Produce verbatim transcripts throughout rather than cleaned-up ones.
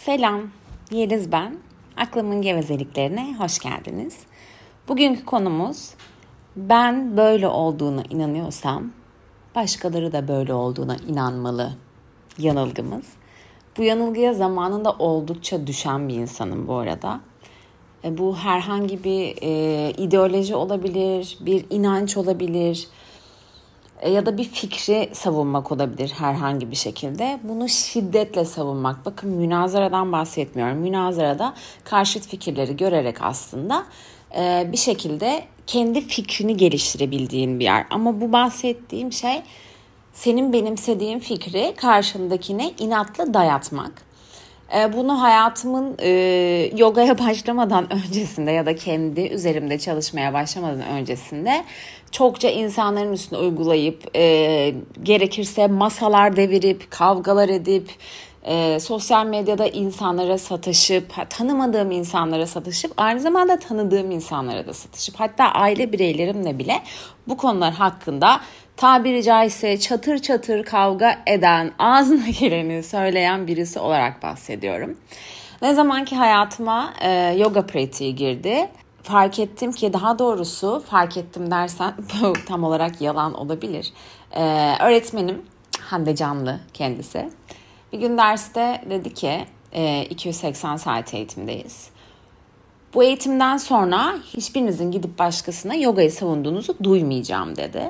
Selam, Yeliz ben. Aklımın gevezeliklerine hoş geldiniz. Bugünkü konumuz, ben böyle olduğuna inanıyorsam, başkaları da böyle olduğuna inanmalı yanılgımız. Bu yanılgıya zamanında oldukça düşen bir insanım bu arada. E, bu herhangi bir e, ideoloji olabilir, bir inanç olabilir e, ya da bir fikri savunmak olabilir herhangi bir şekilde. Bunu şiddetle savunmak. Bakın, münazaradan bahsetmiyorum. Münazarada karşıt fikirleri görerek aslında e, bir şekilde kendi fikrini geliştirebildiğin bir yer. Ama bu bahsettiğim şey senin benimsediğin fikri karşındakine inatla dayatmak. Bunu hayatımın e, yogaya başlamadan öncesinde ya da kendi üzerimde çalışmaya başlamadan öncesinde çokça insanların üstüne uygulayıp e, gerekirse masalar devirip, kavgalar edip, e, sosyal medyada insanlara sataşıp, tanımadığım insanlara sataşıp, aynı zamanda tanıdığım insanlara da sataşıp, hatta aile bireylerimle bile bu konular hakkında tabiri caizse çatır çatır kavga eden, ağzına geleni söyleyen birisi olarak bahsediyorum. Ne zaman ki hayatıma e, yoga pratiği girdi, fark ettim ki, daha doğrusu fark ettim dersen bu tam olarak yalan olabilir. E, öğretmenim Hande Canlı kendisi. Bir gün derste dedi ki e, iki yüz seksen saat eğitimdeyiz. Bu eğitimden sonra hiçbirinizin gidip başkasına yogayı savunduğunuzu duymayacağım dedi.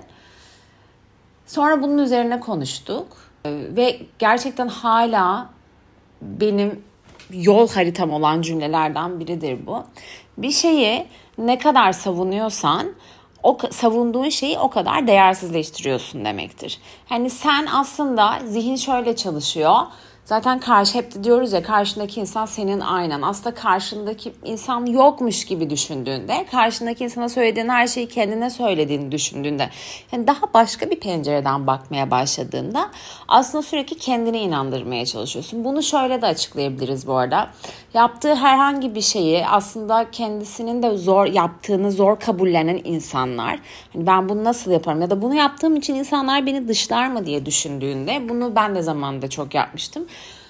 Sonra bunun üzerine konuştuk ve gerçekten hala benim yol haritam olan cümlelerden biridir bu. Bir şeyi ne kadar savunuyorsan, o savunduğun şeyi o kadar değersizleştiriyorsun demektir. Hani sen aslında, zihin şöyle çalışıyor. Zaten karşı, hep de diyoruz ya, karşındaki insan senin aynan. Aslında karşındaki insan yokmuş gibi düşündüğünde, karşındaki insana söylediğin her şeyi kendine söylediğini düşündüğünde, yani daha başka bir pencereden bakmaya başladığında aslında sürekli kendini inandırmaya çalışıyorsun. Bunu şöyle de açıklayabiliriz bu arada. Yaptığı herhangi bir şeyi aslında kendisinin de zor yaptığını zor kabullenen insanlar, hani ben bunu nasıl yaparım ya da bunu yaptığım için insanlar beni dışlar mı diye düşündüğünde, bunu ben de zamanında çok yapmıştım.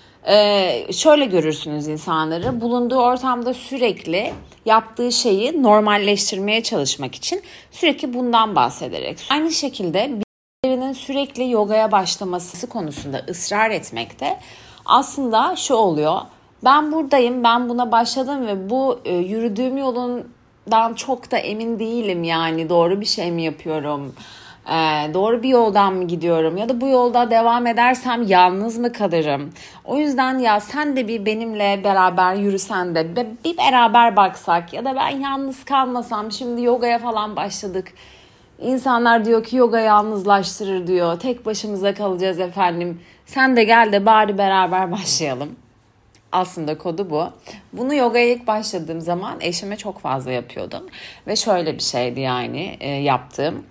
Ee, şöyle görürsünüz insanları, bulunduğu ortamda sürekli yaptığı şeyi normalleştirmeye çalışmak için sürekli bundan bahsederek, aynı şekilde birinin sürekli yogaya başlaması konusunda ısrar etmekte aslında şu oluyor: ben buradayım, ben buna başladım ve bu e, yürüdüğüm yolundan çok da emin değilim, yani doğru bir şey mi yapıyorum? Ee, doğru bir yoldan mı gidiyorum ya da bu yolda devam edersem yalnız mı kalırım? O yüzden ya sen de bir benimle beraber yürüsen de bir beraber baksak ya da ben yalnız kalmasam, şimdi yogaya falan başladık. İnsanlar diyor ki yoga yalnızlaştırır diyor. Tek başımıza kalacağız efendim. Sen de gel de bari beraber başlayalım. Aslında kodu bu. Bunu yogaya ilk başladığım zaman eşime çok fazla yapıyordum. Ve şöyle bir şeydi yani e, yaptığım.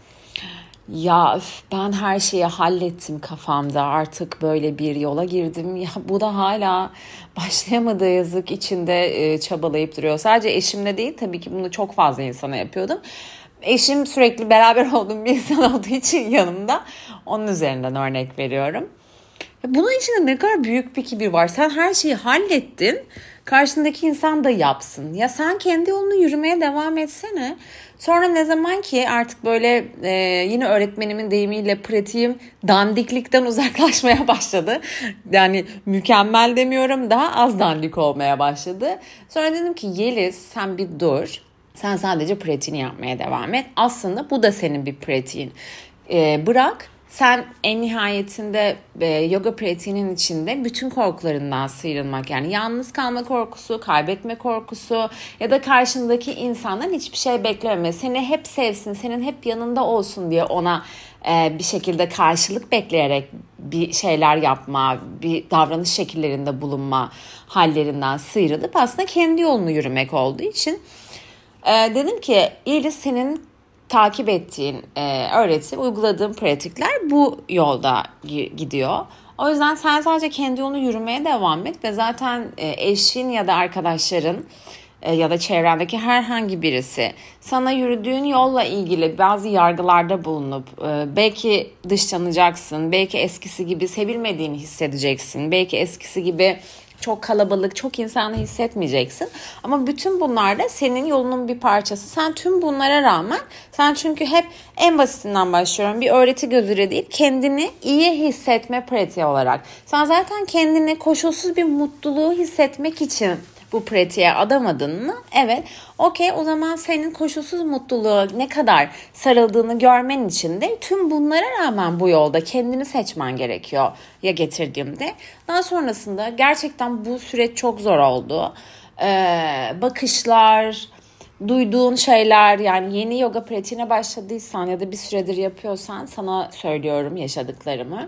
Ya ben her şeyi hallettim kafamda, artık böyle bir yola girdim. Ya bu da hala başlayamadığı yazık, içinde e, çabalayıp duruyor. Sadece eşimle değil, tabii ki bunu çok fazla insana yapıyordum. Eşim sürekli beraber olduğum bir insan olduğu için yanımda, onun üzerinden örnek veriyorum. Bunun içinde ne kadar büyük bir kibir var. Sen her şeyi hallettin, karşındaki insan da yapsın. Ya sen kendi yolunu yürümeye devam etsene. Sonra ne zaman ki artık böyle e, yine öğretmenimin deyimiyle pratiğim dandiklikten uzaklaşmaya başladı. Yani mükemmel demiyorum, daha az dandik olmaya başladı. Sonra dedim ki Yeliz, sen bir dur. Sen sadece pratiğini yapmaya devam et. Aslında bu da senin bir pratiğin. E, bırak. Sen en nihayetinde e, yoga pratiğinin içinde bütün korkularından sıyrılmak, yani yalnız kalma korkusu, kaybetme korkusu ya da karşındaki insandan hiçbir şey bekleme, seni hep sevsin, senin hep yanında olsun diye ona e, bir şekilde karşılık bekleyerek bir şeyler yapma, bir davranış şekillerinde bulunma hallerinden sıyrılıp aslında kendi yolunu yürümek olduğu için e, dedim ki Yeliz, senin takip ettiğin e, öğreti, uyguladığın pratikler bu yolda gidiyor. O yüzden sen sadece kendi yolunu yürümeye devam et ve zaten e, eşin ya da arkadaşların e, ya da çevrendeki herhangi birisi sana yürüdüğün yolla ilgili bazı yargılarda bulunup e, belki dışlanacaksın, belki eskisi gibi sevilmediğini hissedeceksin, belki eskisi gibi çok kalabalık, çok insanı hissetmeyeceksin. Ama bütün bunlar da senin yolunun bir parçası. Sen tüm bunlara rağmen, sen çünkü hep en basitinden başlıyorum. Bir öğreti gözüyle değil, kendini iyi hissetme pratiği olarak. Sen zaten kendini koşulsuz bir mutluluğu hissetmek için bu pratiğe adamadın mı? Evet. Okey, o zaman senin koşulsuz mutluluğa ne kadar sarıldığını görmen için de tüm bunlara rağmen bu yolda kendini seçmen gerekiyor ya getirdiğimde. Daha sonrasında gerçekten bu süreç çok zor oldu. Ee, bakışlar, duyduğun şeyler, yani yeni yoga pratiğine başladıysan ya da bir süredir yapıyorsan sana söylüyorum yaşadıklarımı.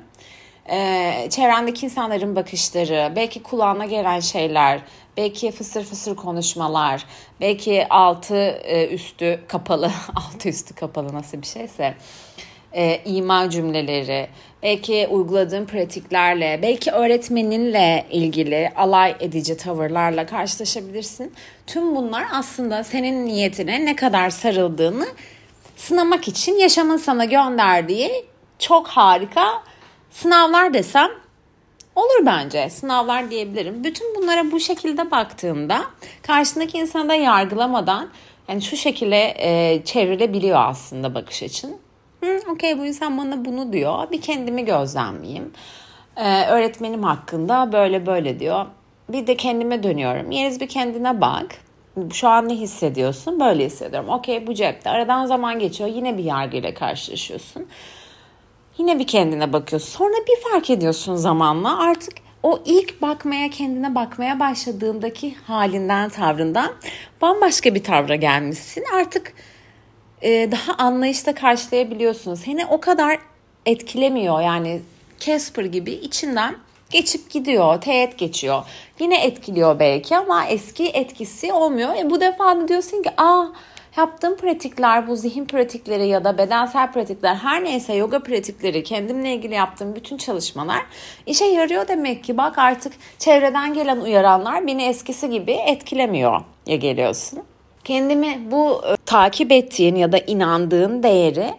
Ee, çevrendeki insanların bakışları, belki kulağına gelen şeyler, belki fısır fısır konuşmalar, belki altı e, üstü kapalı, altı üstü kapalı nasıl bir şeyse, e, ima cümleleri, belki uyguladığın pratiklerle, belki öğretmeninle ilgili alay edici tavırlarla karşılaşabilirsin. Tüm bunlar aslında senin niyetine ne kadar sarıldığını sınamak için yaşamın sana gönderdiği çok harika sınavlar desem olur bence. Sınavlar diyebilirim. Bütün bunlara bu şekilde baktığında karşındaki insanı da yargılamadan yani şu şekilde e, çevrilebiliyor aslında bakış açın. Hı, okey, bu insan bana bunu diyor. Bir kendimi gözlemleyeyim. Ee, öğretmenim hakkında böyle böyle diyor. Bir de kendime dönüyorum. Yeriz bir kendine bak. Şu an ne hissediyorsun? Böyle hissediyorum. Okey, bu cepte. Aradan zaman geçiyor. Yine bir yargıyla karşılaşıyorsun. Yine bir kendine bakıyorsun. Sonra bir fark ediyorsun zamanla. Artık o ilk bakmaya, kendine bakmaya başladığındaki halinden, tavrından bambaşka bir tavra gelmişsin. Artık e, daha anlayışla karşılayabiliyorsun. Seni o kadar etkilemiyor. Yani Casper gibi içinden geçip gidiyor, teğet geçiyor. Yine etkiliyor belki ama eski etkisi olmuyor. E bu defa da diyorsun ki aa, yaptığım pratikler, bu zihin pratikleri ya da bedensel pratikler, her neyse yoga pratikleri, kendimle ilgili yaptığım bütün çalışmalar işe yarıyor demek ki. Bak artık çevreden gelen uyaranlar beni eskisi gibi etkilemiyor ya geliyorsun. Kendimi bu e, takip ettiğin ya da inandığın değeri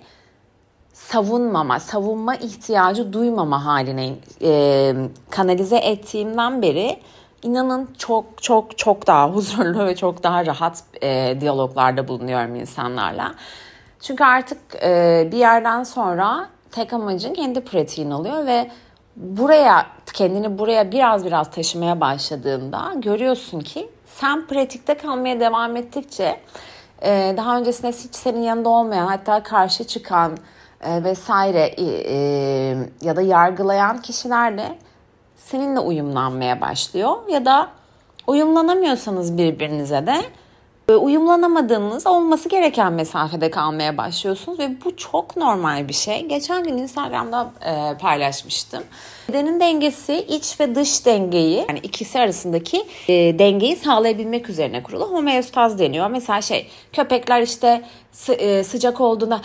savunmama, savunma ihtiyacı duymama haline e, kanalize ettiğimden beri İnanın çok çok çok daha huzurlu ve çok daha rahat e, diyaloglarda bulunuyorum insanlarla. Çünkü artık e, bir yerden sonra tek amacın kendi pratiğin oluyor ve buraya kendini buraya biraz biraz taşımaya başladığında görüyorsun ki sen pratikte kalmaya devam ettikçe e, daha öncesinde hiç senin yanında olmayan, hatta karşı çıkan e, vesaire e, e, ya da yargılayan kişilerle seninle uyumlanmaya başlıyor ya da uyumlanamıyorsanız birbirinize de uyumlanamadığınız, olması gereken mesafede kalmaya başlıyorsunuz ve bu çok normal bir şey. Geçen gün Instagram'da e, paylaşmıştım. Bedenin dengesi iç ve dış dengeyi, yani ikisi arasındaki e, dengeyi sağlayabilmek üzerine kurulu. Homeostaz deniyor. Mesela şey, köpekler işte sı- e, sıcak olduğunda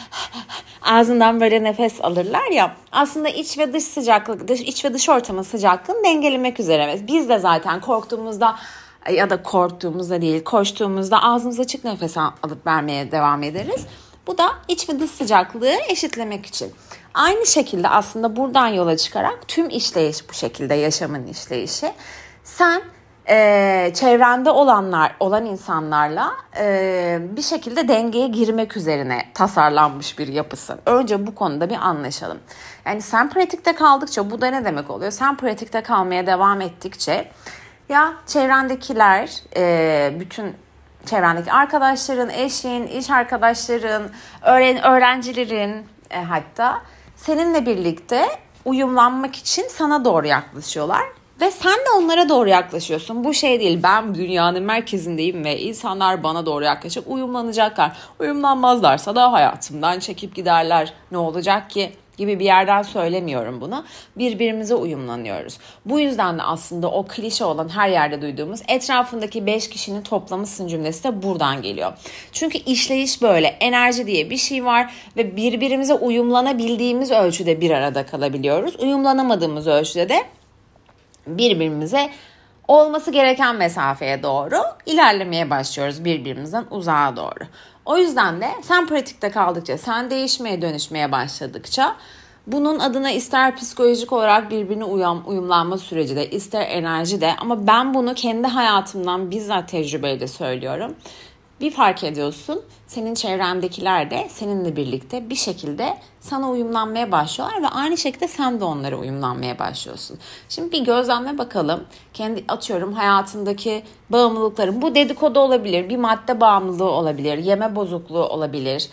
ağzından böyle nefes alırlar ya. Aslında iç ve dış sıcaklık, dış, iç ve dış ortamın sıcaklığını dengelemek üzere. Biz de zaten korktuğumuzda ya da korktuğumuzda değil, koştuğumuzda ağzımız açık nefes alıp vermeye devam ederiz. Bu da iç ve dış sıcaklığı eşitlemek için. Aynı şekilde aslında buradan yola çıkarak tüm işleyiş bu şekilde, yaşamın işleyişi. Sen e, çevrende olanlar, olan insanlarla e, bir şekilde dengeye girmek üzerine tasarlanmış bir yapısın. Önce bu konuda bir anlaşalım. Yani sen pratikte kaldıkça, bu da ne demek oluyor? Sen pratikte kalmaya devam ettikçe ya çevrendekiler, e, bütün çevrendeki arkadaşların, eşin, iş arkadaşların, öğren öğrencilerin e, hatta seninle birlikte uyumlanmak için sana doğru yaklaşıyorlar. Ve sen de onlara doğru yaklaşıyorsun. Bu şey değil, ben dünyanın merkezindeyim ve insanlar bana doğru yaklaşıp uyumlanacaklar. Uyumlanmazlarsa da hayatımdan çekip giderler. Ne olacak ki? Gibi bir yerden söylemiyorum bunu. Birbirimize uyumlanıyoruz. Bu yüzden de aslında o klişe olan, her yerde duyduğumuz etrafındaki beş kişinin toplamısın cümlesi de buradan geliyor. Çünkü işleyiş böyle. Enerji diye bir şey var ve birbirimize uyumlanabildiğimiz ölçüde bir arada kalabiliyoruz. Uyumlanamadığımız ölçüde de birbirimize olması gereken mesafeye doğru ilerlemeye başlıyoruz, birbirimizden uzağa doğru. O yüzden de sen pratikte kaldıkça, sen değişmeye, dönüşmeye başladıkça Bunun adına ister psikolojik olarak birbirine uyum, uyumlanma süreci de, ister enerji de, ama ben bunu kendi hayatımdan bizzat tecrübeyle söylüyorum. Bir fark ediyorsun, senin çevrendekiler de seninle birlikte bir şekilde sana uyumlanmaya başlıyorlar ve aynı şekilde sen de onlara uyumlanmaya başlıyorsun. Şimdi bir gözlemle bakalım. Kendi atıyorum hayatındaki bağımlılıkların, bu dedikodu olabilir, bir madde bağımlılığı olabilir, yeme bozukluğu olabilir,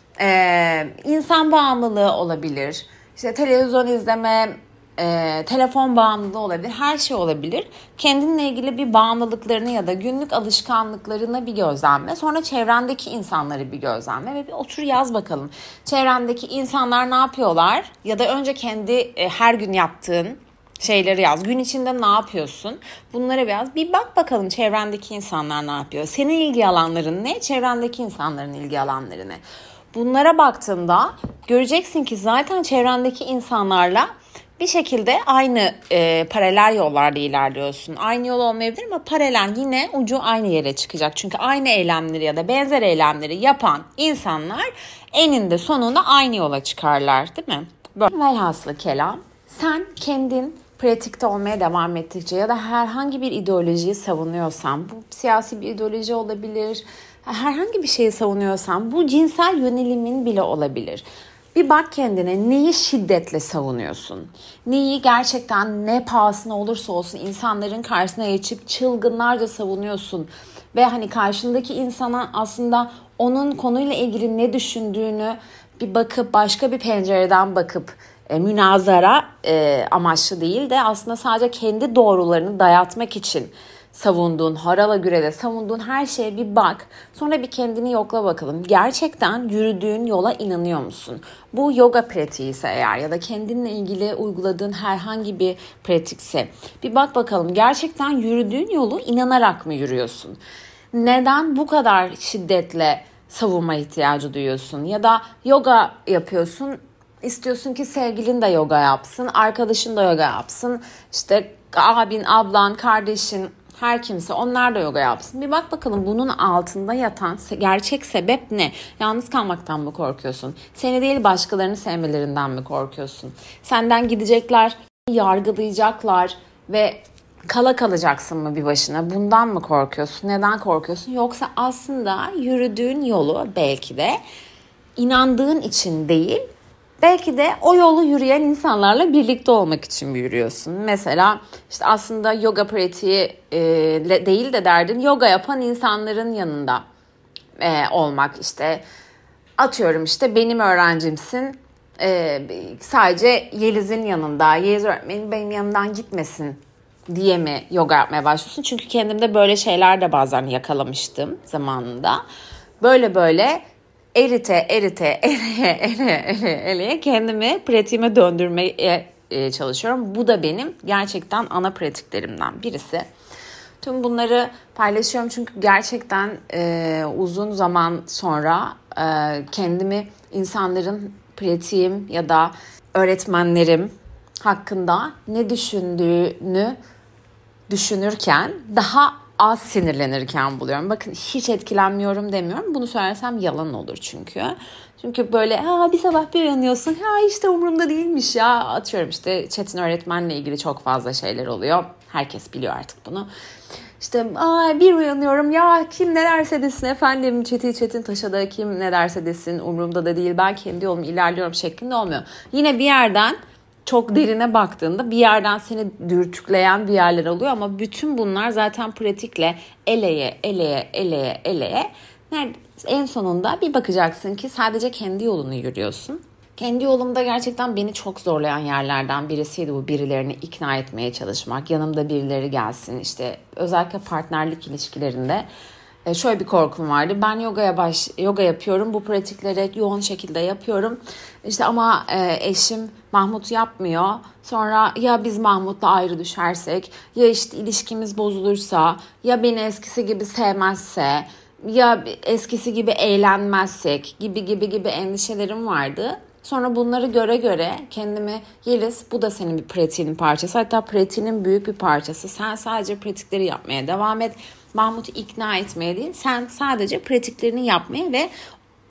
ee, insan bağımlılığı olabilir, işte televizyon izleme, E, telefon bağımlılığı olabilir, her şey olabilir. Kendinle ilgili bir bağımlılıklarını ya da günlük alışkanlıklarını bir gözlemle. Sonra çevrendeki insanları bir gözlemle ve bir otur yaz bakalım. Çevrendeki insanlar ne yapıyorlar? Ya da önce kendi e, her gün yaptığın şeyleri yaz. Gün içinde ne yapıyorsun? Bunları biraz bir bak bakalım, çevrendeki insanlar ne yapıyor? Senin ilgi alanların ne? Çevrendeki insanların ilgi alanları ne? Bunlara baktığında göreceksin ki zaten çevrendeki insanlarla bir şekilde aynı e, paralel yollarda ilerliyorsun. Aynı yol olmayabilir ama paralel, yine ucu aynı yere çıkacak. Çünkü aynı eylemleri ya da benzer eylemleri yapan insanlar eninde sonunda aynı yola çıkarlar, değil mi? Böyle. Velhasılı kelam, sen kendin pratikte olmaya devam ettikçe ya da herhangi bir ideolojiyi savunuyorsan, bu siyasi bir ideoloji olabilir, herhangi bir şeyi savunuyorsan, bu cinsel yönelimin bile olabilir. Bir bak kendine, neyi şiddetle savunuyorsun? Neyi gerçekten ne pahasına olursa olsun insanların karşısına geçip çılgınlarca savunuyorsun? Ve hani karşındaki insana aslında onun konuyla ilgili ne düşündüğünü bir bakıp, başka bir pencereden bakıp, e, münazara e, amaçlı değil de aslında sadece kendi doğrularını dayatmak için savunduğun, harala gürede savunduğun her şeye bir bak. Sonra bir kendini yokla bakalım. Gerçekten yürüdüğün yola inanıyor musun? Bu yoga pratiği ise eğer ya da kendinle ilgili uyguladığın herhangi bir pratikse bir bak bakalım, gerçekten yürüdüğün yolu inanarak mı yürüyorsun? Neden bu kadar şiddetle savunma ihtiyacı duyuyorsun? Ya da yoga yapıyorsun, istiyorsun ki sevgilin de yoga yapsın, arkadaşın da yoga yapsın, işte abin, ablan, kardeşin, her kimse onlar da yoga yapsın. Bir bak bakalım, bunun altında yatan gerçek sebep ne? Yalnız kalmaktan mı korkuyorsun? Seni değil başkalarını sevmelerinden mi korkuyorsun? Senden gidecekler, yargılayacaklar ve kala kalacaksın mı bir başına? Bundan mı korkuyorsun? Neden korkuyorsun? Yoksa aslında yürüdüğün yolu belki de inandığın için değil, belki de o yolu yürüyen insanlarla birlikte olmak için yürüyorsun. Mesela işte aslında yoga pratiği e, değil de derdin yoga yapan insanların yanında e, olmak. İşte atıyorum, işte benim öğrencimsin, e, sadece Yeliz'in yanında, Yeliz öğretmenim benim yanımdan gitmesin diye mi yoga yapmaya başlıyorsun? Çünkü kendimde böyle şeyler de bazen yakalamıştım zamanında. Böyle böyle erite erite eleye eleye eleye eleye kendimi pratiğime döndürmeye çalışıyorum. Bu da benim gerçekten ana pratiklerimden birisi. Tüm bunları paylaşıyorum çünkü gerçekten e, uzun zaman sonra e, kendimi insanların, pratiğim ya da öğretmenlerim hakkında ne düşündüğünü düşünürken daha az sinirlenirken buluyorum. Bakın, hiç etkilenmiyorum demiyorum. Bunu söylersem yalan olur çünkü. Çünkü böyle ha, bir sabah bir uyanıyorsun. Ha işte umurumda değilmiş ya. Atıyorum, işte Çetin öğretmenle ilgili çok fazla şeyler oluyor. Herkes biliyor artık bunu. İşte aa, bir uyanıyorum, ya kim ne derse desin efendim, Çetin Çetin Taş'a da kim ne derse desin umurumda da değil, ben kendi yolumu ilerliyorum şeklinde olmuyor. Yine bir yerden çok derine baktığında bir yerden seni dürtükleyen bir yerler oluyor ama bütün bunlar zaten pratikle eleye eleye eleye eleye en sonunda bir bakacaksın ki sadece kendi yolunu yürüyorsun. Kendi yolumda gerçekten beni çok zorlayan yerlerden birisiydi bu, birilerini ikna etmeye çalışmak. Yanımda birileri gelsin, işte özellikle partnerlik ilişkilerinde şöyle bir korkum vardı. Ben yogaya baş yoga yapıyorum, bu pratikleri yoğun şekilde yapıyorum. İşte ama eşim Mahmut yapmıyor. Sonra ya biz Mahmut'la ayrı düşersek, ya işte ilişkimiz bozulursa, ya beni eskisi gibi sevmezse, ya eskisi gibi eğlenmezsek gibi gibi gibi endişelerim vardı. Sonra bunları göre göre kendime, Yeliz bu da senin bir pratiğinin parçası. Hatta pratiğinin büyük bir parçası. Sen sadece pratikleri yapmaya devam et. Mahmut'u ikna etmeye değil, sen sadece pratiklerini yapmaya ve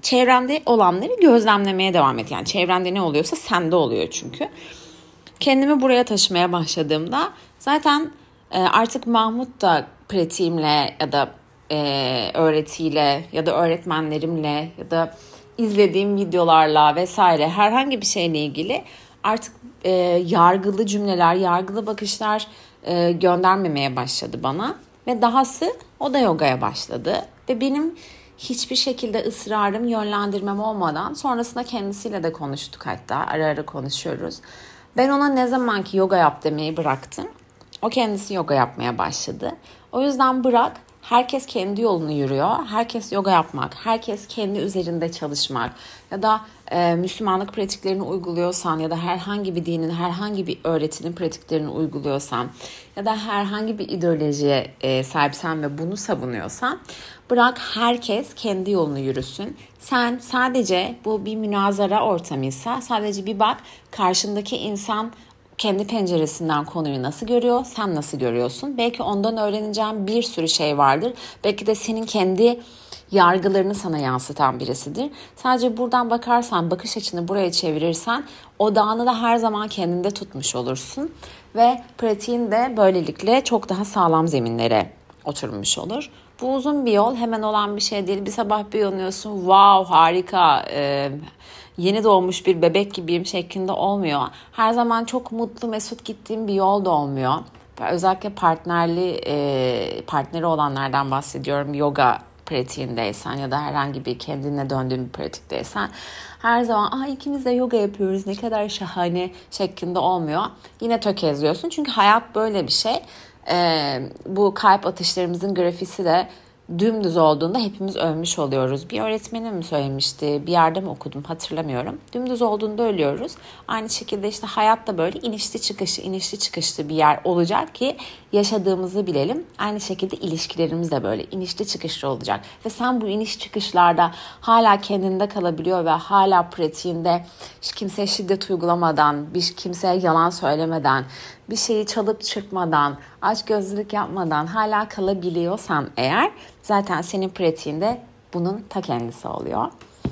çevrende olanları gözlemlemeye devam et. Yani çevrende ne oluyorsa sende oluyor çünkü. Kendimi buraya taşımaya başladığımda zaten e, artık Mahmut da pratiğimle ya da e, öğretiyle ya da öğretmenlerimle ya da izlediğim videolarla vesaire herhangi bir şeyle ilgili artık e, yargılı cümleler, yargılı bakışlar e, göndermemeye başladı bana. Ve dahası o da yogaya başladı. Ve benim hiçbir şekilde ısrarım, yönlendirmem olmadan sonrasında kendisiyle de konuştuk hatta. Ara ara konuşuyoruz. Ben ona ne zaman ki yoga yap demeyi bıraktım, o kendisi yoga yapmaya başladı. O yüzden bırak, herkes kendi yolunu yürüyor. Herkes yoga yapmak, herkes kendi üzerinde çalışmak ya da e, Müslümanlık pratiklerini uyguluyorsan ya da herhangi bir dinin, herhangi bir öğretinin pratiklerini uyguluyorsan ya da herhangi bir ideolojiye e, sahipsen ve bunu savunuyorsan bırak herkes kendi yolunu yürüsün. Sen sadece bu bir münazara ortamıysa sadece bir bak karşındaki insan kendi penceresinden konuyu nasıl görüyor, sen nasıl görüyorsun? Belki ondan öğreneceğin bir sürü şey vardır. Belki de senin kendi yargılarını sana yansıtan birisidir. Sadece buradan bakarsan, bakış açını buraya çevirirsen odağını da her zaman kendinde tutmuş olursun. Ve pratiğin de böylelikle çok daha sağlam zeminlere oturmuş olur. Bu uzun bir yol, hemen olan bir şey değil. Bir sabah bir uyanıyorsun, wow harika, e, yeni doğmuş bir bebek gibiyim şeklinde olmuyor. Her zaman çok mutlu, mesut gittiğim bir yol da olmuyor. Özellikle partnerli, e, partneri olanlardan bahsediyorum. Yoga pratiğindeysen ya da herhangi bir kendine döndüğün bir pratikteysen her zaman ah ikimiz de yoga yapıyoruz ne kadar şahane şeklinde olmuyor. Yine tökezliyorsun çünkü hayat böyle bir şey. Ee, bu kalp atışlarımızın grafisi de dümdüz olduğunda hepimiz ölmüş oluyoruz. Bir öğretmenim mi söylemişti, bir yerde mi okudum hatırlamıyorum. Dümdüz olduğunda ölüyoruz. Aynı şekilde işte hayat da böyle inişli çıkışlı, inişli çıkışlı bir yer olacak ki yaşadığımızı bilelim. Aynı şekilde ilişkilerimiz de böyle inişli çıkışlı olacak. Ve sen bu iniş çıkışlarda hala kendinde kalabiliyor ve hala pratiğinde kimseye şiddet uygulamadan, bir kimseye yalan söylemeden, bir şeyi çalıp çırpmadan, açgözlülük yapmadan hala kalabiliyorsan eğer zaten senin pratiğinde bunun ta kendisi oluyor.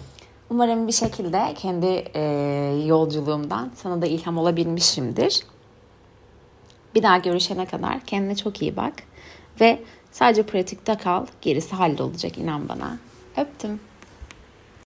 Umarım bir şekilde kendi e, yolculuğumdan sana da ilham olabilmişimdir. Bir daha görüşene kadar kendine çok iyi bak ve sadece pratikte kal, gerisi hallolacak inan bana. Öptüm.